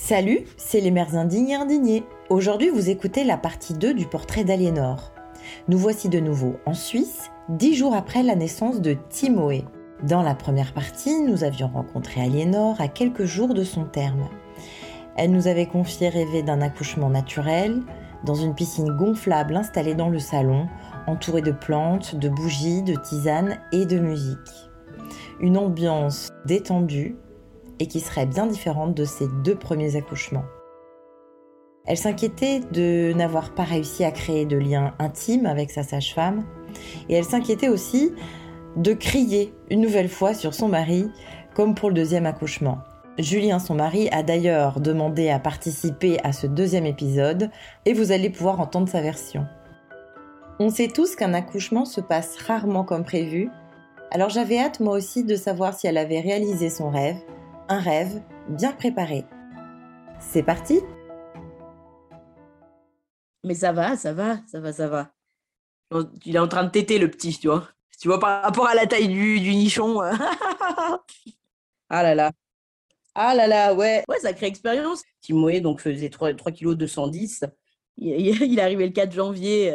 Salut, c'est les mères indignes et indignées. Aujourd'hui, vous écoutez la partie 2 du portrait d'Aliénor. Nous voici de nouveau en Suisse, 10 jours après la naissance de Timoé. Dans la première partie, nous avions rencontré Aliénor à quelques jours de son terme. Elle nous avait confié rêver d'un accouchement naturel, dans une piscine gonflable installée dans le salon, entourée de plantes, de bougies, de tisanes et de musique. Une ambiance détendue, et qui serait bien différente de ses 2 premiers accouchements. Elle s'inquiétait de n'avoir pas réussi à créer de lien intime avec sa sage-femme, et elle s'inquiétait aussi de crier une nouvelle fois sur son mari, comme pour le 2e accouchement. Julien, son mari, a d'ailleurs demandé à participer à ce 2e épisode, et vous allez pouvoir entendre sa version. On sait tous qu'un accouchement se passe rarement comme prévu, alors j'avais hâte moi aussi de savoir si elle avait réalisé son rêve, un rêve bien préparé. C'est parti ? Mais ça va. Il est en train de téter, le petit, tu vois. Tu vois, par rapport à la taille du nichon. Ah là là, ouais. Ouais, sacrée expérience. Timoé, donc, faisait 3 kg 210. Il est arrivé le 4 janvier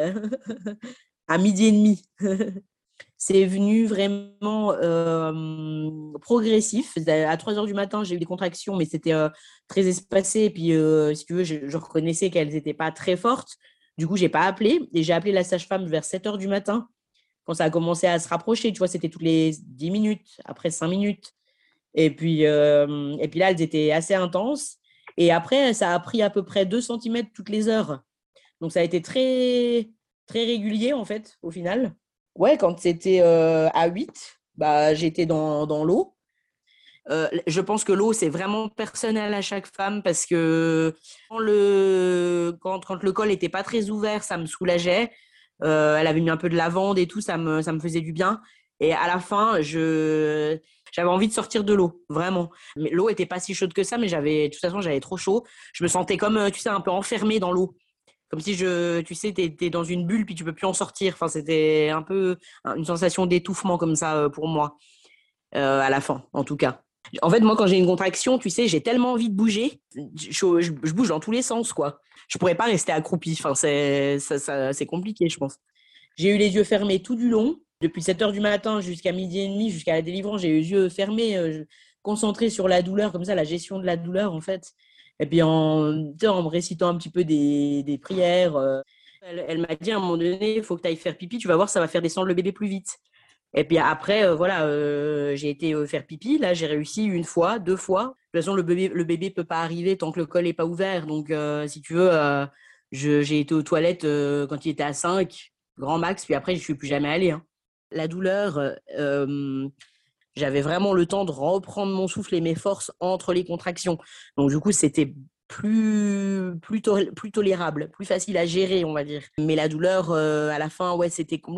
à 12h30. C'est venu vraiment progressif. À 3h du matin, j'ai eu des contractions, mais c'était très espacé. Et puis, si tu veux, je reconnaissais qu'elles n'étaient pas très fortes. Du coup, je n'ai pas appelé. Et j'ai appelé la sage-femme vers 7h du matin, quand ça a commencé à se rapprocher. Tu vois, c'était toutes les 10 minutes, après 5 minutes. Et puis là, elles étaient assez intenses. Et après, ça a pris à peu près 2 cm toutes les heures. Donc, ça a été très, très régulier, en fait, au final. Ouais, quand c'était à 8, bah, j'étais dans l'eau. Je pense que l'eau, c'est vraiment personnel à chaque femme parce que quand le col n'était pas très ouvert, ça me soulageait. Elle avait mis un peu de lavande et tout, ça me faisait du bien. Et à la fin, j'avais envie de sortir de l'eau, vraiment. Mais l'eau n'était pas si chaude que ça, mais de toute façon, j'avais trop chaud. Je me sentais comme, tu sais, un peu enfermée dans l'eau. Comme si tu sais, t'es dans une bulle puis tu peux plus en sortir. Enfin, c'était un peu une sensation d'étouffement comme ça pour moi, à la fin, en tout cas. En fait, moi, quand j'ai une contraction, tu sais, j'ai tellement envie de bouger, je bouge dans tous les sens, quoi. Je pourrais pas rester accroupie. Enfin, c'est compliqué, je pense. J'ai eu les yeux fermés tout du long, depuis 7h du matin jusqu'à 12h30, jusqu'à la délivrance. J'ai eu les yeux fermés, concentrés sur la douleur, comme ça, la gestion de la douleur, en fait. Et puis en me récitant un petit peu des prières. Elle m'a dit à un moment donné, il faut que tu ailles faire pipi, tu vas voir, ça va faire descendre le bébé plus vite. Et puis après, j'ai été faire pipi. Là, j'ai réussi 1 fois, 2 fois. De toute façon, le bébé peut pas arriver tant que le col n'est pas ouvert. Donc, si tu veux, j'ai été aux toilettes quand il était à 5, grand max. Puis après, je ne suis plus jamais allée. Hein. La douleur, j'avais vraiment le temps de reprendre mon souffle et mes forces entre les contractions. Donc, du coup, c'était plus tolérable, plus facile à gérer, on va dire. Mais la douleur, à la fin, ouais, c'était quand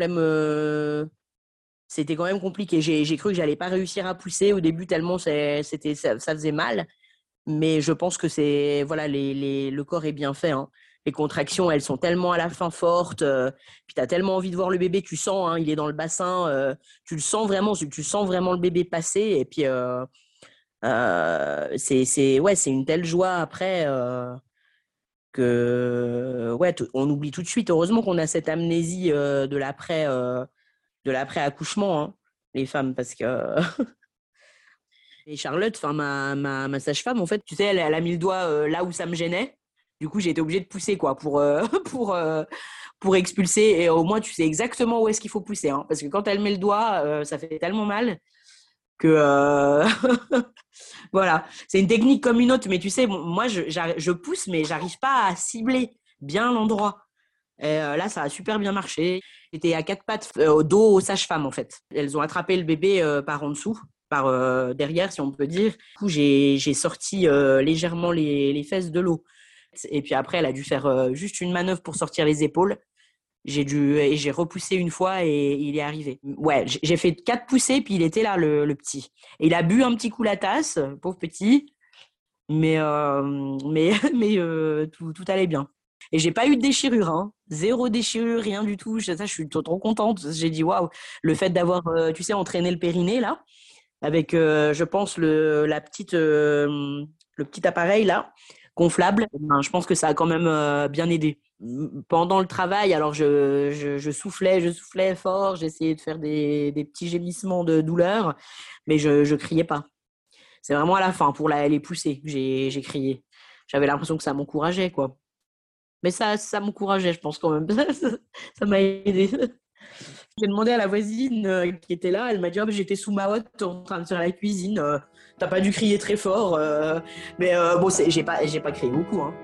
même compliqué. J'ai cru que j'allais pas réussir à pousser au début tellement ça faisait mal. Mais je pense que le corps est bien fait. Hein. Les contractions, elles sont tellement à la fin fortes. Puis tu as tellement envie de voir le bébé, tu sens, hein, il est dans le bassin. Tu sens vraiment le bébé passer. Et puis, c'est une telle joie après que on oublie tout de suite. Heureusement qu'on a cette amnésie de l'après-accouchement, hein, les femmes, parce que et Charlotte, enfin ma sage-femme, en fait, tu sais, elle a mis le doigt là où ça me gênait. Du coup, j'ai été obligée de pousser quoi pour expulser. Et au moins, tu sais exactement où est-ce qu'il faut pousser, hein, parce que quand elle met le doigt, ça fait tellement mal que voilà. C'est une technique comme une autre, mais tu sais, moi, je pousse, mais j'arrive pas à cibler bien l'endroit. Et là, ça a super bien marché. J'étais à 4 pattes au dos aux sages-femmes, en fait. Elles ont attrapé le bébé par en dessous, par derrière, si on peut dire. Du coup, j'ai sorti légèrement les fesses de l'eau. Et puis après, elle a dû faire juste une manœuvre pour sortir les épaules. J'ai repoussé 1 fois et il est arrivé. Ouais, j'ai fait 4 poussées, puis il était là, le petit. Et il a bu un petit coup la tasse, pauvre petit. Mais tout allait bien. Et j'ai pas eu de déchirure, hein. 0 déchirure, rien du tout. Ça, je suis trop contente. J'ai dit waouh, le fait d'avoir, tu sais, entraîné le périnée là, avec, je pense le petit appareil là gonflable, ben, je pense que ça a quand même bien aidé. Pendant le travail, alors je soufflais fort, j'essayais de faire des petits gémissements de douleur, mais je criais pas. C'est vraiment à la fin, pour les pousser, que j'ai crié. J'avais l'impression que ça m'encourageait, quoi. Mais ça m'encourageait, je pense quand même. Ça m'a aidé. J'ai demandé à la voisine qui était là, elle m'a dit, oh, j'étais sous ma hotte en train de faire la cuisine, t'as pas dû crier très fort, mais bon, j'ai pas crié beaucoup, hein.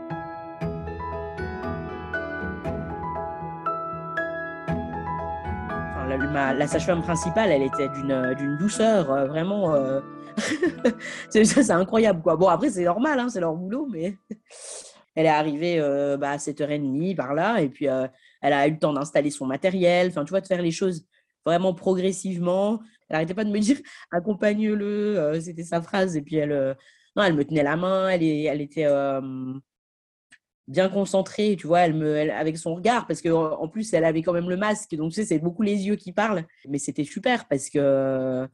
Enfin, la sage-femme principale, elle était d'une douceur, vraiment. C'est incroyable, quoi. Bon, après, c'est normal, hein, c'est leur boulot, mais elle est arrivée à 7h30 par là, et puis elle a eu le temps d'installer son matériel, enfin, tu vois, de faire les choses vraiment progressivement. Elle n'arrêtait pas de me dire, accompagne-le, c'était sa phrase, et puis non, elle me tenait la main, elle était bien concentrée, tu vois, avec son regard, parce qu'en plus, elle avait quand même le masque, donc tu sais, c'est beaucoup les yeux qui parlent, mais c'était super, parce que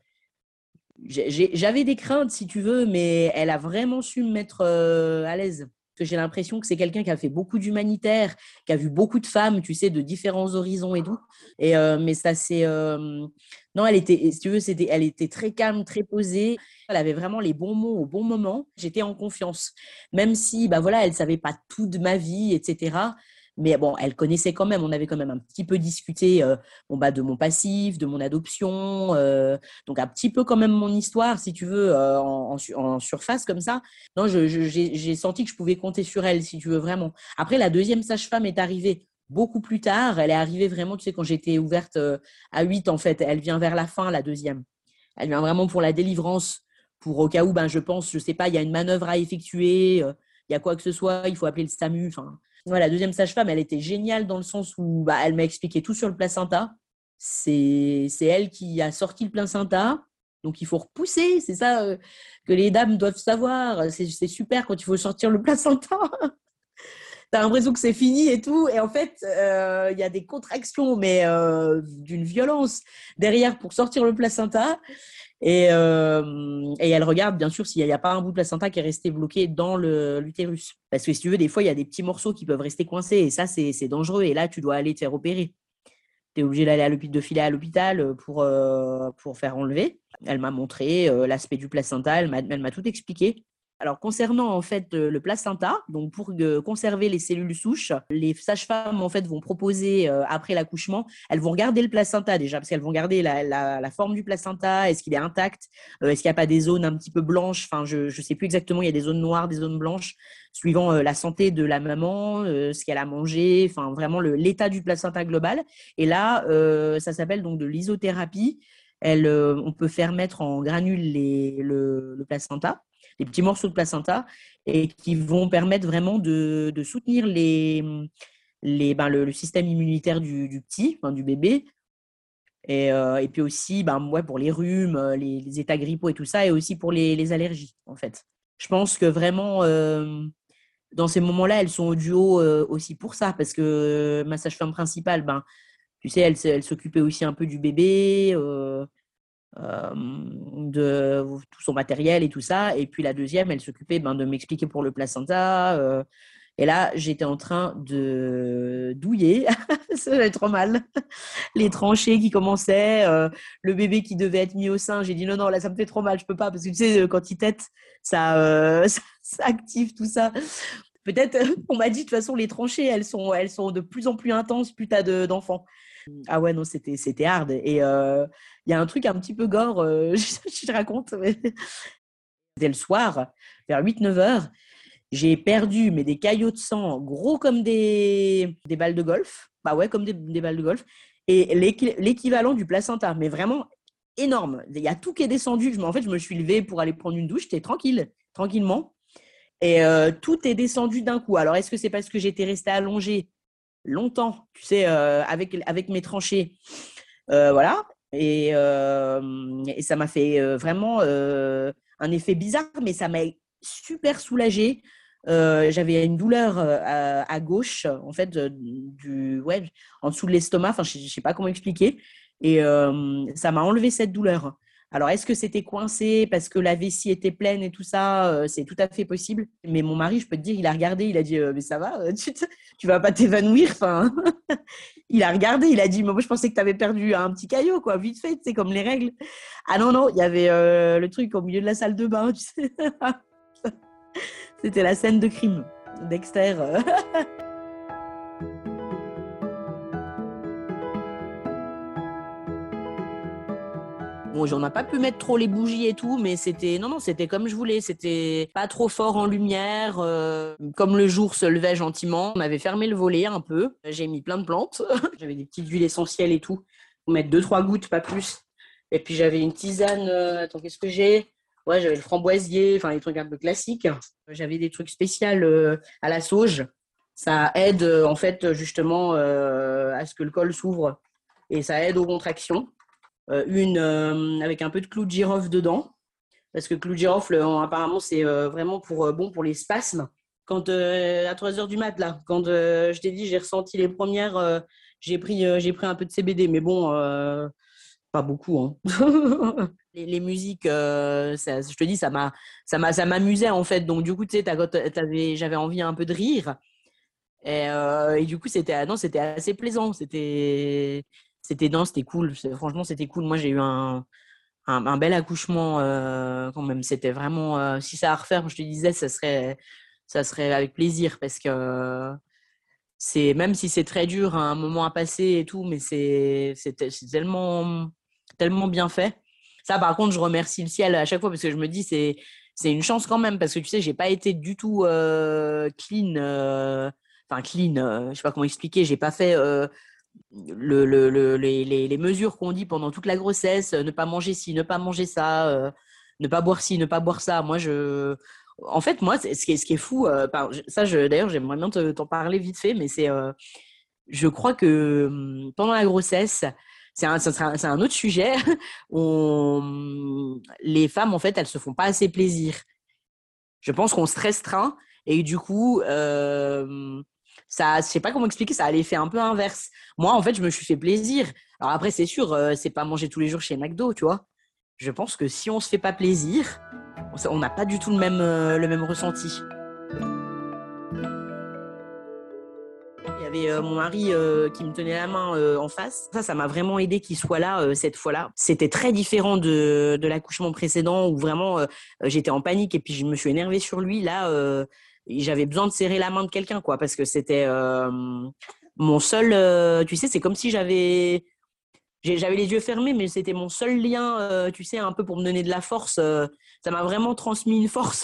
j'avais des craintes, si tu veux, mais elle a vraiment su me mettre à l'aise. Parce que j'ai l'impression que c'est quelqu'un qui a fait beaucoup d'humanitaire, qui a vu beaucoup de femmes, tu sais, de différents horizons et tout. Mais ça, c'est. Non, elle était, si tu veux, elle était très calme, très posée. Elle avait vraiment les bons mots au bon moment. J'étais en confiance. Même si, bah voilà, elle savait pas tout de ma vie, etc. Mais bon, elle connaissait quand même. On avait quand même un petit peu discuté de mon passif, de mon adoption. Donc un petit peu quand même mon histoire, si tu veux, en surface comme ça. Non, j'ai senti que je pouvais compter sur elle, si tu veux, vraiment. Après, la deuxième sage-femme est arrivée beaucoup plus tard. Elle est arrivée vraiment, tu sais, quand j'étais ouverte à 8, en fait. Elle vient vers la fin, la deuxième. Elle vient vraiment pour la délivrance, pour au cas où, ben, je pense, je sais pas, il y a une manœuvre à effectuer, il y a quoi que ce soit, il faut appeler le SAMU. Enfin, ouais, la deuxième sage-femme, elle était géniale dans le sens où bah, elle m'a expliqué tout sur le placenta. C'est elle qui a sorti le placenta. Donc, il faut repousser. C'est ça que les dames doivent savoir. C'est super quand il faut sortir le placenta. T'as l'impression que c'est fini et tout. Et en fait, il y a des contractions, mais d'une violence derrière pour sortir le placenta. Et elle regarde, bien sûr, s'il n'y a pas un bout de placenta qui est resté bloqué dans l'utérus. Parce que si tu veux, des fois, il y a des petits morceaux qui peuvent rester coincés. Et ça, c'est dangereux. Et là, tu dois aller te faire opérer. Tu es obligé d'aller de filer à l'hôpital pour faire enlever. Elle m'a montré l'aspect du placenta. Elle m'a tout expliqué. Alors, concernant en fait le placenta, donc pour conserver les cellules souches, les sages-femmes en fait vont proposer après l'accouchement, elles vont regarder le placenta déjà parce qu'elles vont garder la forme du placenta, est-ce qu'il est intact, est-ce qu'il n'y a pas des zones un petit peu blanches, enfin je sais plus exactement, il y a des zones noires, des zones blanches, suivant la santé de la maman, ce qu'elle a mangé, enfin vraiment l'état du placenta global. Et là, ça s'appelle donc de l'isothérapie. On peut faire mettre en granules le placenta, des petits morceaux de placenta, et qui vont permettre vraiment de soutenir le système immunitaire du petit, enfin, du bébé. Et puis aussi, ouais, pour les rhumes, les états grippaux et tout ça, et aussi pour les allergies, en fait. Je pense que vraiment, dans ces moments-là, elles sont au duo aussi pour ça, parce que ma sage-femme principale, tu sais, elle s'occupait aussi un peu du bébé, de tout son matériel et tout ça. Et puis la deuxième, elle s'occupait de m'expliquer pour le placenta. Et là, j'étais en train de douiller. Ça allait trop mal. Les tranchées qui commençaient, le bébé qui devait être mis au sein. J'ai dit non, non, là, ça me fait trop mal, je peux pas. Parce que tu sais, quand il tète, ça active tout ça. Peut-être, on m'a dit, de toute façon, les tranchées, elles sont de plus en plus intenses, plus t'as d'enfants. Ah ouais, non, c'était hard. Et il y a un truc un petit peu gore, je te raconte. C'était le soir, vers 8-9 heures. J'ai perdu mais des caillots de sang gros comme des balles de golf. Bah ouais, comme des balles de golf. Et l'équivalent du placenta, mais vraiment énorme. Il y a tout qui est descendu. En fait, je me suis levée pour aller prendre une douche. J'étais tranquillement. Et tout est descendu d'un coup. Alors, est-ce que c'est parce que j'étais restée allongée longtemps, tu sais, avec mes tranchées, voilà. Et ça m'a fait vraiment un effet bizarre, mais ça m'a super soulagée. J'avais une douleur à gauche, en fait, ouais, en dessous de l'estomac. Enfin, je sais pas comment expliquer. Et ça m'a enlevé cette douleur. Alors, est-ce que c'était coincé parce que la vessie était pleine et tout ça? C'est tout à fait possible. Mais mon mari, je peux te dire, il a regardé, il a dit, mais ça va, tu vas pas t'évanouir. Enfin, il a regardé, il a dit, mais moi, je pensais que tu avais perdu un petit caillot, quoi, vite fait, c'est comme les règles. Ah non, non, il y avait le truc au milieu de la salle de bain, tu sais. C'était la scène de crime. Dexter. Bon, on n'a pas pu mettre trop les bougies et tout, mais c'était non, non, c'était comme je voulais. C'était pas trop fort en lumière. Comme le jour se levait gentiment, on avait fermé le volet un peu. J'ai mis plein de plantes. J'avais des petites huiles essentielles et tout. Pour mettre 2-3 gouttes, pas plus. Et puis j'avais une tisane. Attends, qu'est-ce que j'ai? Ouais, j'avais le framboisier, enfin des trucs un peu classiques. J'avais des trucs spéciaux à la sauge. Ça aide en fait justement à ce que le col s'ouvre et ça aide aux contractions. Une avec un peu de clou de girofle dedans, parce que clou de girofle, apparemment, c'est vraiment bon pour les spasmes. Quand à 3 heures du mat, là, quand je t'ai dit, j'ai ressenti les premières, j'ai pris un peu de CBD, mais bon, pas beaucoup. Hein. Les musiques, je te dis, ça m'amusait en fait. Donc du coup, tu sais, j'avais envie un peu de rire. Et du coup, c'était assez plaisant. C'était cool. Franchement, c'était cool. Moi, j'ai eu un bel accouchement quand même. C'était vraiment, si ça à refaire, je te disais, ça serait avec plaisir parce que même si c'est très dur, un moment à passer et tout, mais c'est tellement, tellement bien fait. Ça, par contre, je remercie le ciel à chaque fois parce que je me dis, c'est une chance quand même parce que tu sais, j'ai pas été du tout clean. Enfin, clean, je sais pas comment expliquer. J'ai pas fait les mesures qu'on dit pendant toute la grossesse, ne pas manger ci, ne pas manger ça, ne pas boire ci, ne pas boire ça. En fait, moi, ce qui est fou, ça, d'ailleurs, j'aimerais bien t'en parler vite fait, mais je crois que pendant la grossesse, c'est un autre sujet. Les femmes, en fait, elles se font pas assez plaisir. Je pense qu'on se restreint et du coup, ça, je sais pas comment expliquer, ça a l'effet un peu inverse. Moi, en fait, je me suis fait plaisir. Alors après, c'est sûr, c'est pas manger tous les jours chez McDo, tu vois. Je pense que si on se fait pas plaisir, on n'a pas du tout le même ressenti. Il y avait mon mari qui me tenait la main en face. Ça m'a vraiment aidé qu'il soit là cette fois-là. C'était très différent de l'accouchement précédent où vraiment j'étais en panique et puis je me suis énervée sur lui. Là, j'avais besoin de serrer la main de quelqu'un, quoi, parce que c'était mon seul. Tu sais, c'est comme si j'avais les yeux fermés, mais c'était mon seul lien, tu sais, un peu pour me donner de la force. Ça m'a vraiment transmis une force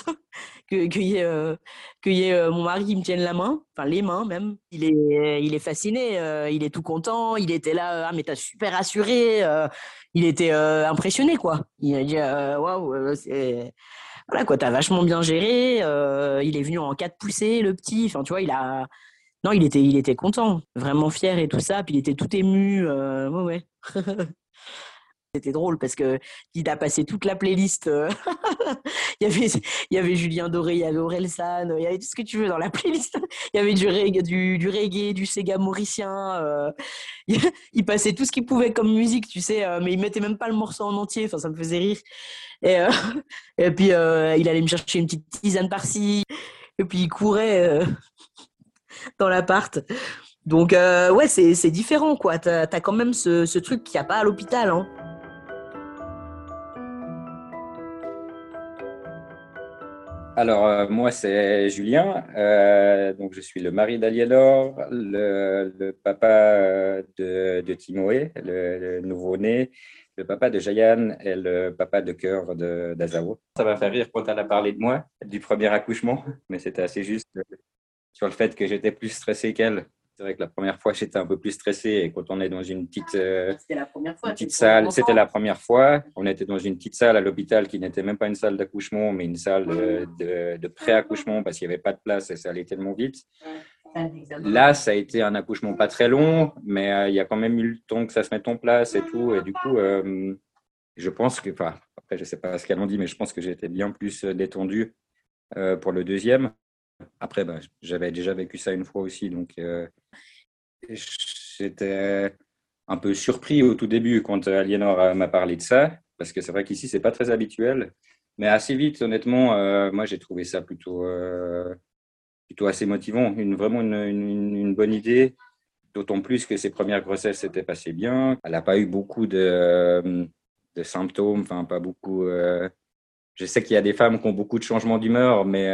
que mon mari qui me tienne la main, enfin les mains même. Il est fasciné, il est tout content. Il était là, ah mais t'as super assuré. Il était impressionné quoi. Il a dit waouh, voilà quoi, t'as vachement bien géré. Il est venu en 4 poussées, le petit. Enfin tu vois, non, il était content, vraiment fier et tout ça. Puis il était tout ému. Ouais, ouais. C'était drôle parce que il a passé toute la playlist. Il y avait Julien Doré, il y avait Orelsan, il y avait tout ce que tu veux dans la playlist. Il y avait du reggae, du Sega mauricien. Il passait tout ce qu'il pouvait comme musique, tu sais, mais il mettait même pas le morceau en entier. Enfin, ça me faisait rire. Et, et puis il allait me chercher une petite tisane par-ci. Et puis il courait dans l'appart. Donc ouais, c'est différent quoi. T'as quand même ce truc qu'il n'y a pas à l'hôpital, hein. Alors, moi, c'est Julien. Donc, je suis le mari d'Aliénor, le papa de Timoé, le nouveau-né, le papa de Jayan et le papa de cœur d'Azao. Ça va faire rire quand elle a parlé de moi, du premier accouchement, mais c'était assez juste sur le fait que j'étais plus stressé qu'elle. C'est vrai que la première fois, j'étais un peu plus stressé. Et quand on est dans une C'était la première fois. petite salle, c'était la première fois. On était dans une petite salle à l'hôpital qui n'était même pas une salle d'accouchement, mais une salle de pré-accouchement parce qu'il n'y avait pas de place et ça allait tellement vite. Là, ça a été un accouchement pas très long, mais il y a quand même eu le temps que ça se mette en place et tout. Et du coup, je pense que, enfin, après, je ne sais pas ce qu'elle en dit, mais je pense que j'étais bien plus détendu pour le deuxième. Après, j'avais déjà vécu ça une fois aussi, donc j'étais un peu surpris au tout début quand Aliénor m'a parlé de ça. parce que c'est vrai qu'ici, c'est pas très habituel. Mais assez vite, honnêtement, moi, j'ai trouvé ça plutôt assez motivant. Vraiment une bonne idée. D'autant plus que ses premières grossesses s'étaient passées bien. Elle n'a pas eu beaucoup de symptômes, enfin, pas beaucoup. Je sais qu'il y a des femmes qui ont beaucoup de changements d'humeur, mais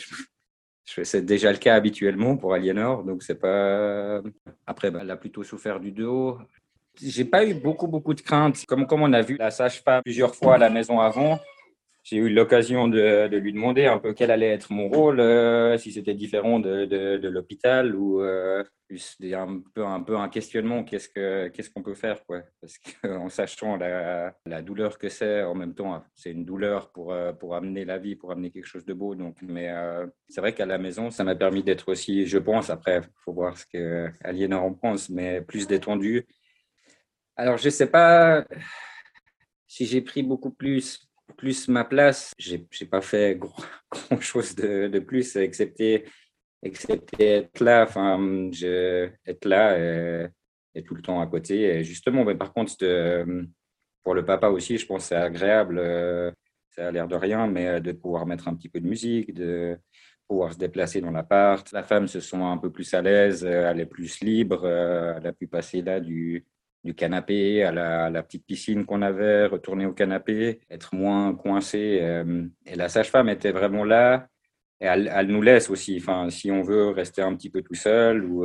c'est déjà le cas habituellement pour Aliénor. Donc, c'est pas. Après, elle a plutôt souffert du dos. J'ai pas eu beaucoup de craintes. Comme on a vu la sage-femme plusieurs fois à la maison avant, j'ai eu l'occasion de lui demander un peu quel allait être mon rôle, si c'était différent de l'hôpital ou c'était un peu un questionnement, qu'est-ce qu'on peut faire, quoi. Parce qu'en sachant la douleur que c'est, en même temps, c'est une douleur pour amener la vie, pour amener quelque chose de beau. Donc, mais c'est vrai qu'à la maison, ça m'a permis d'être aussi, je pense, après, il faut voir ce qu'Aliénor en pense, mais plus détendu. Alors, je ne sais pas si j'ai pris beaucoup plus ma place. J'ai pas fait grand chose de plus, excepté être là. Enfin, être là et tout le temps à côté. Et justement, mais par contre, pour le papa aussi, je pense que c'est agréable. Ça a l'air de rien, mais de pouvoir mettre un petit peu de musique, de pouvoir se déplacer dans l'appart. La femme se sent un peu plus à l'aise, elle est plus libre, elle a pu passer là du canapé à la petite piscine qu'on avait, retourner au canapé, être moins coincé. Et la sage-femme était vraiment là. Et elle nous laisse aussi, enfin, si on veut rester un petit peu tout seul ou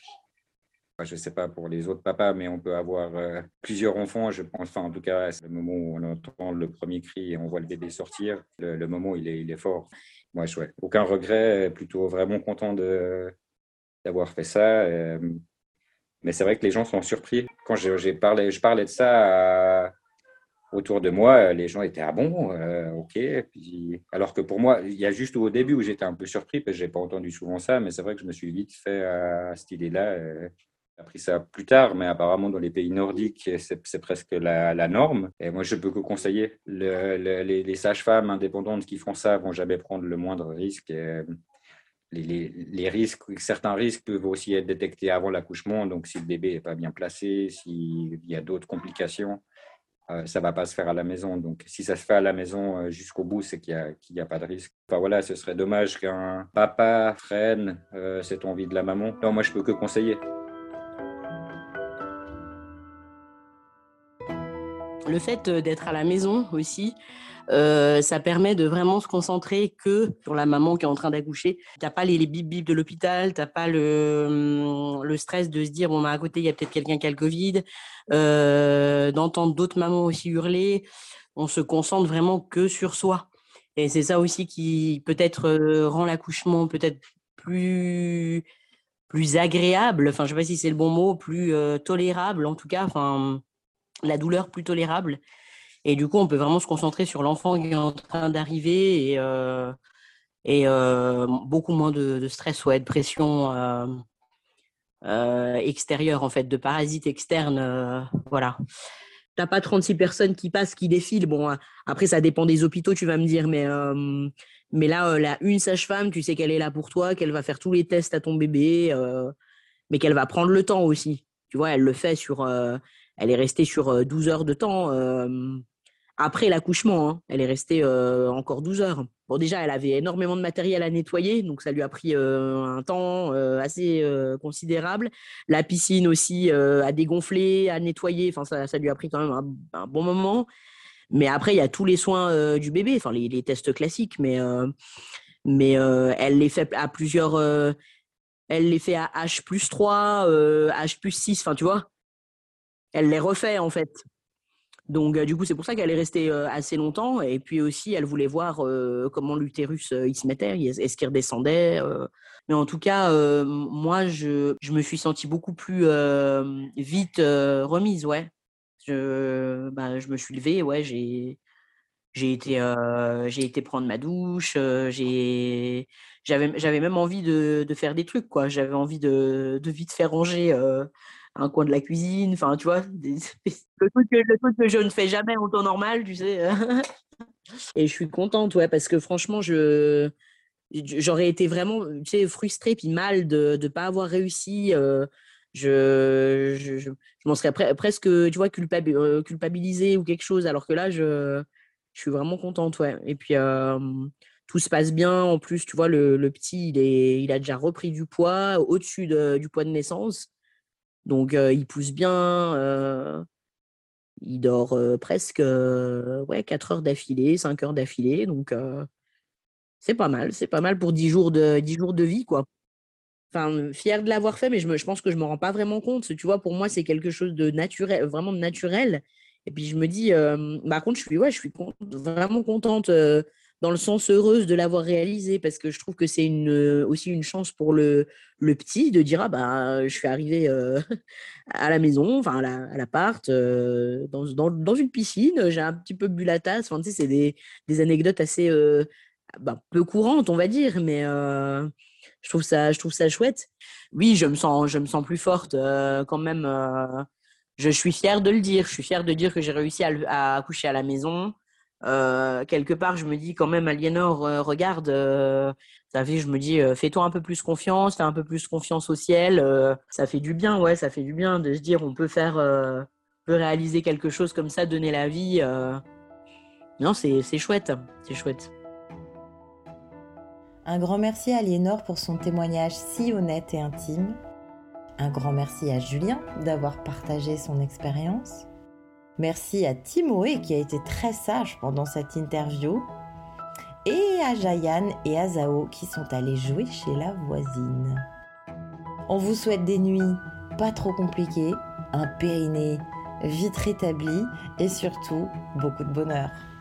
je ne sais pas pour les autres papas, mais on peut avoir plusieurs enfants, je pense. Enfin, en tout cas, c'est le moment où on entend le premier cri et on voit le bébé sortir. Le moment, il est fort. Moi, ouais, aucun regret, plutôt vraiment content d'avoir fait ça. Mais c'est vrai que les gens sont surpris. Quand je parlais de ça autour de moi, les gens étaient ah bon, ok. Puis, alors que pour moi, il y a juste au début où j'étais un peu surpris parce que j'ai pas entendu souvent ça, mais c'est vrai que je me suis vite fait à cette idée-là. J'ai appris ça plus tard, mais apparemment dans les pays nordiques, c'est presque la norme. Et moi, je peux que conseiller les sages-femmes indépendantes qui font ça vont jamais prendre le moindre risque. Et, les risques, certains risques peuvent aussi être détectés avant l'accouchement. Donc, si le bébé n'est pas bien placé, s'il y a d'autres complications, ça ne va pas se faire à la maison. Donc, si ça se fait à la maison jusqu'au bout, c'est qu'il y a pas de risque. Enfin, voilà, ce serait dommage qu'un papa freine cette envie de la maman. Non, moi, je peux que conseiller. Le fait d'être à la maison aussi, ça permet de vraiment se concentrer que sur la maman qui est en train d'accoucher. Tu n'as pas les bip bip de l'hôpital, tu n'as pas le stress de se dire bon, bah, à côté, il y a peut-être quelqu'un qui a le Covid, d'entendre d'autres mamans aussi hurler. On se concentre vraiment que sur soi. Et c'est ça aussi qui peut-être rend l'accouchement peut-être plus agréable. Enfin, je ne sais pas si c'est le bon mot, plus tolérable en tout cas. Enfin, la douleur plus tolérable. Et du coup, on peut vraiment se concentrer sur l'enfant qui est en train d'arriver et beaucoup moins de stress, ouais, de pression extérieure, en fait, de parasites externes. Voilà. T'as pas 36 personnes qui passent, qui défilent. Bon, après, ça dépend des hôpitaux, tu vas me dire, mais là, une sage-femme, tu sais qu'elle est là pour toi, qu'elle va faire tous les tests à ton bébé, mais qu'elle va prendre le temps aussi. Tu vois, elle le fait elle est restée sur 12 heures de temps après l'accouchement. Hein. Elle est restée encore 12 heures. Bon, déjà, elle avait énormément de matériel à nettoyer, donc ça lui a pris un temps assez considérable. La piscine aussi à dégonfler, à nettoyer, enfin, ça lui a pris quand même un bon moment. Mais après, il y a tous les soins du bébé, enfin, les tests classiques, mais elle les fait à plusieurs... elle les fait à H+3, H+6, enfin, tu vois. Elle les refait, en fait. Donc, du coup, c'est pour ça qu'elle est restée assez longtemps. Et puis aussi, elle voulait voir comment l'utérus il se mettait, est-ce qu'il redescendait. Mais en tout cas, moi, je me suis sentie beaucoup plus vite remise, ouais. Je me suis levée, ouais, j'ai été prendre ma douche, j'avais même envie de faire des trucs, quoi. J'avais envie de vite faire ranger un coin de la cuisine, enfin, tu vois, le truc que je ne fais jamais en temps normal, tu sais. Et je suis contente, ouais, parce que franchement, j'aurais été vraiment, tu sais, frustrée puis mal de ne pas avoir réussi. je m'en serais presque, tu vois, culpabilisée ou quelque chose, alors que là, je suis vraiment contente, ouais. Et puis, tout se passe bien. En plus, tu vois, le petit, il a déjà repris du poids, au-dessus du poids de naissance. Donc, il pousse bien. Il dort presque ouais, 4 heures d'affilée, 5 heures d'affilée. Donc, c'est pas mal. C'est pas mal pour 10 jours de vie, quoi. Enfin, fière de l'avoir fait, mais je pense que je me rends pas vraiment compte. Tu vois, pour moi, c'est quelque chose de naturel, vraiment de naturel. Et puis, je me dis, par contre, vraiment contente, dans le sens heureuse de l'avoir réalisé, parce que je trouve que c'est aussi une chance pour le petit de dire, ah bah, je suis arrivée à la maison, enfin, à l'appart, dans une piscine, j'ai un petit peu bu la tasse. Enfin, tu sais, c'est des anecdotes assez peu courantes, on va dire, mais je trouve ça chouette. Oui, je me sens plus forte quand même. Je suis fière de le dire. Je suis fière de dire que j'ai réussi à accoucher à la maison. Quelque part, je me dis quand même, Aliénor, regarde, ça fait, je me dis, fais-toi un peu plus confiance, fais un peu plus confiance au ciel. Ça fait du bien, ouais, ça fait du bien de se dire, on peut réaliser quelque chose comme ça, donner la vie. Non, c'est chouette, c'est chouette. Un grand merci à Aliénor pour son témoignage si honnête et intime. Un grand merci à Julien d'avoir partagé son expérience. Merci à Timoé qui a été très sage pendant cette interview. Et à Jayan et à Zao qui sont allés jouer chez la voisine. On vous souhaite des nuits pas trop compliquées, un périnée vite rétabli et surtout beaucoup de bonheur.